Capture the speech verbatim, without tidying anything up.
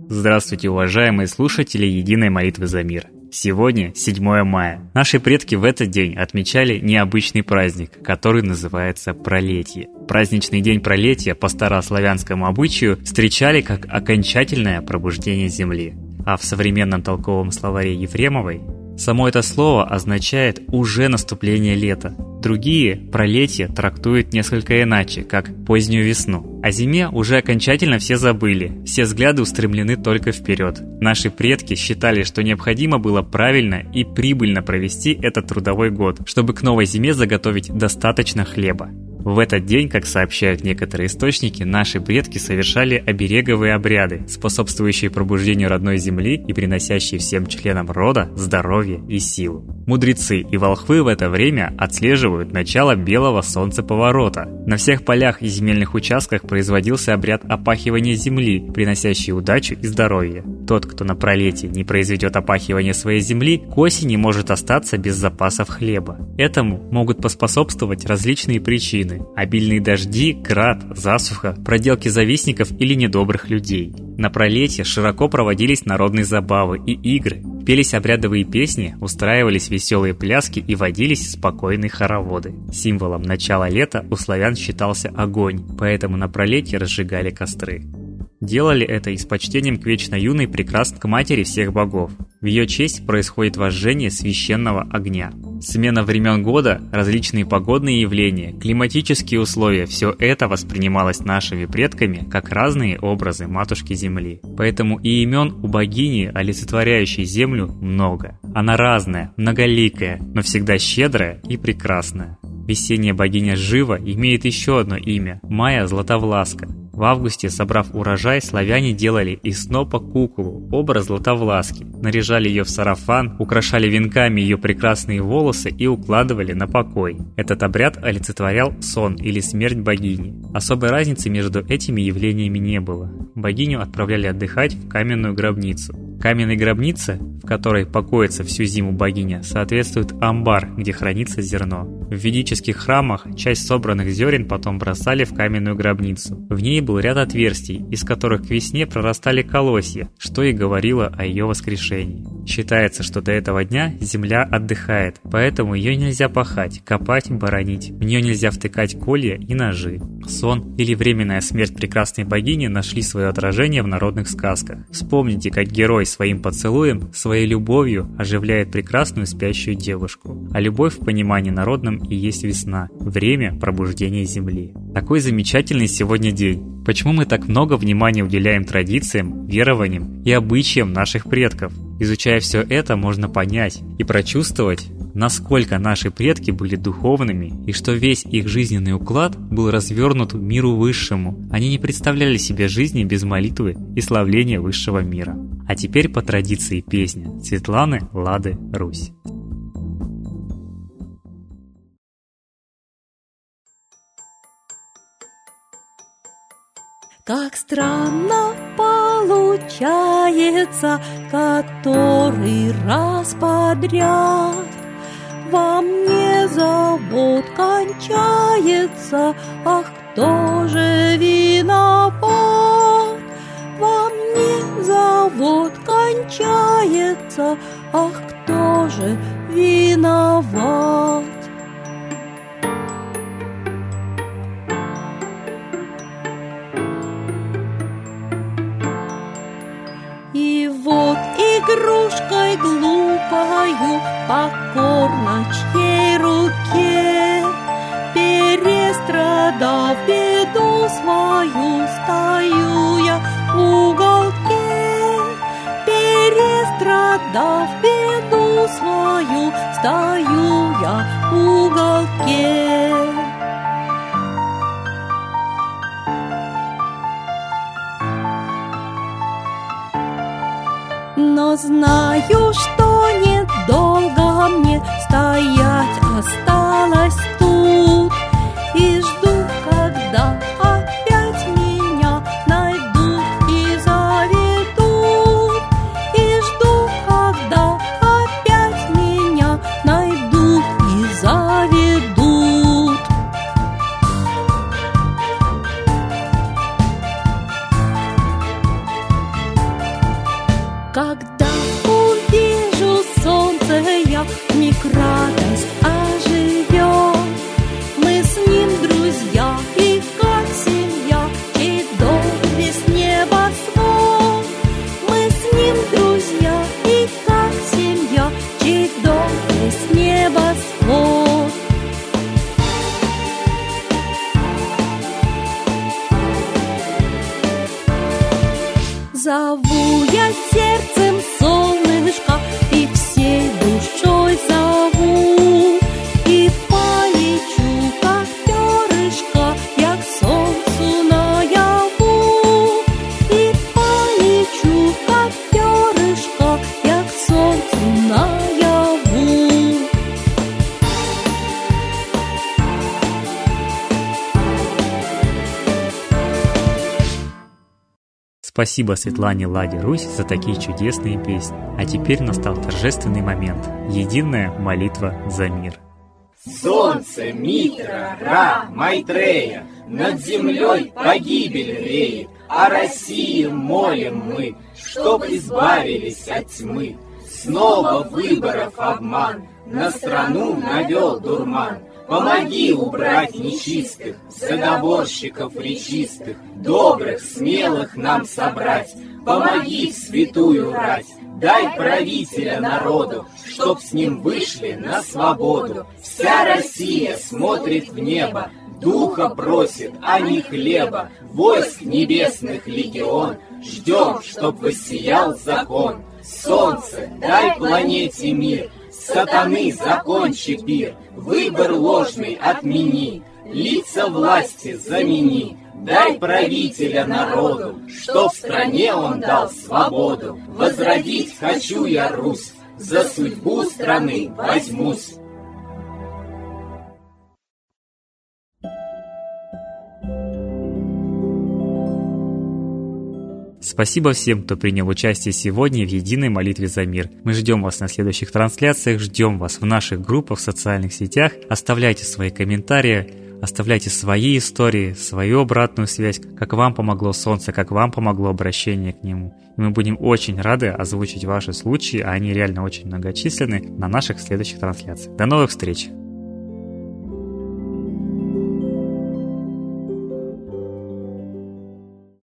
Здравствуйте, уважаемые слушатели Единой молитвы за мир. Сегодня седьмое мая. Наши предки в этот день отмечали необычный праздник, который называется Пролетье. Праздничный день Пролетья по старославянскому обычаю встречали как окончательное пробуждение земли. А в современном толковом словаре Ефремовой само это слово означает «уже наступление лета». Другие «пролетье» трактуют несколько иначе, как «позднюю весну». О зиме уже окончательно все забыли, все взгляды устремлены только вперед. Наши предки считали, что необходимо было правильно и прибыльно провести этот трудовой год, чтобы к новой зиме заготовить достаточно хлеба. В этот день, как сообщают некоторые источники, наши предки совершали обереговые обряды, способствующие пробуждению родной земли и приносящие всем членам рода здоровье и силу. Мудрецы и волхвы в это время отслеживают начало белого солнцеповорота. На всех полях и земельных участках производился обряд опахивания земли, приносящий удачу и здоровье. Тот, кто на пролетье не произведет опахивание своей земли, к осени может остаться без запасов хлеба. Этому могут поспособствовать различные причины. Обильные дожди, град, засуха, проделки завистников или недобрых людей. На пролетье широко проводились народные забавы и игры, пелись обрядовые песни, устраивались веселые пляски и водились спокойные хороводы. Символом начала лета у славян считался огонь, поэтому на пролетье разжигали костры. Делали это и с почтением к вечно юной прекрасной к матери всех богов. В ее честь происходит возжжение священного огня. Смена времен года, различные погодные явления, климатические условия – все это воспринималось нашими предками как разные образы Матушки Земли. Поэтому и имен у богини, олицетворяющей Землю, много. Она разная, многоликая, но всегда щедрая и прекрасная. Весенняя богиня Жива имеет еще одно имя – Майя Златовласка. В августе, собрав урожай, славяне делали из снопа куклу, образ Златовласки, наряжали ее в сарафан, украшали венками ее прекрасные волосы и укладывали на покой. Этот обряд олицетворял сон или смерть богини. Особой разницы между этими явлениями не было. Богиню отправляли отдыхать в каменную гробницу. Каменной гробнице, в которой покоится всю зиму богиня, соответствует амбар, где хранится зерно. В ведических храмах часть собранных зерен потом бросали в каменную гробницу. В ней был ряд отверстий, из которых к весне прорастали колосья, что и говорило о ее воскрешении. Считается, что до этого дня земля отдыхает, поэтому ее нельзя пахать, копать, боронить. В нее нельзя втыкать колья и ножи. Сон или временная смерть прекрасной богини нашли свое отражение в народных сказках. Вспомните, как герой своим поцелуем, своей любовью оживляет прекрасную спящую девушку. А любовь в понимании народном и есть весна, время пробуждения земли. Такой замечательный сегодня день. Почему мы так много внимания уделяем традициям, верованиям и обычаям наших предков? Изучая все это, можно понять и прочувствовать, насколько наши предки были духовными и что весь их жизненный уклад был развернут к миру высшему. Они не представляли себе жизни без молитвы и славления высшего мира. А теперь по традиции песня Светланы Лады Русь. Как странно получается, который раз подряд во мне завод кончается, ах, кто же виноват? Во мне завод кончается, ах, кто же виноват? И вот игрушкой глупою покорно чьей руке, перестрадав беду свою, стою я в уголке. Перестрадав беду свою, стою я в уголке. Но знаю, что недолго мне стоять осталось тут, и жду, когда опять меня найдут и заведут, и жду, когда опять меня найдут и заведут. Зову я сердцем солнышко и всей душой зову, и полечу, как перышко, я к солнцу наяву. И полечу, как перышко, я к солнцу наяву. Спасибо Светлане Ладе Русь за такие чудесные песни. А теперь настал торжественный момент. Единая молитва за мир. Солнце, Митра, Ра, Майтрея, над землей погибель реет, о России молим мы, чтоб избавились от тьмы. Снова выборов обман на страну навел дурман. Помоги убрать нечистых, заговорщиков речистых, добрых, смелых нам собрать. Помоги в святую рать, дай правителя народу, чтоб с ним вышли на свободу. Вся Россия смотрит в небо, духа просит, а не хлеба. Войск небесных легион, ждем, чтоб воссиял закон. Солнце, дай планете мир, сатаны закончи пир, выбор ложный отмени, лица власти замени. Дай правителя народу, чтоб в стране он дал свободу. Возродить хочу я Русь, за судьбу страны возьмусь. Спасибо всем, кто принял участие сегодня в единой молитве за мир. Мы ждем вас на следующих трансляциях, ждем вас в наших группах в социальных сетях. Оставляйте свои комментарии, оставляйте свои истории, свою обратную связь, как вам помогло солнце, как вам помогло обращение к нему. И мы будем очень рады озвучить ваши случаи, а они реально очень многочисленны, на наших следующих трансляциях. До новых встреч!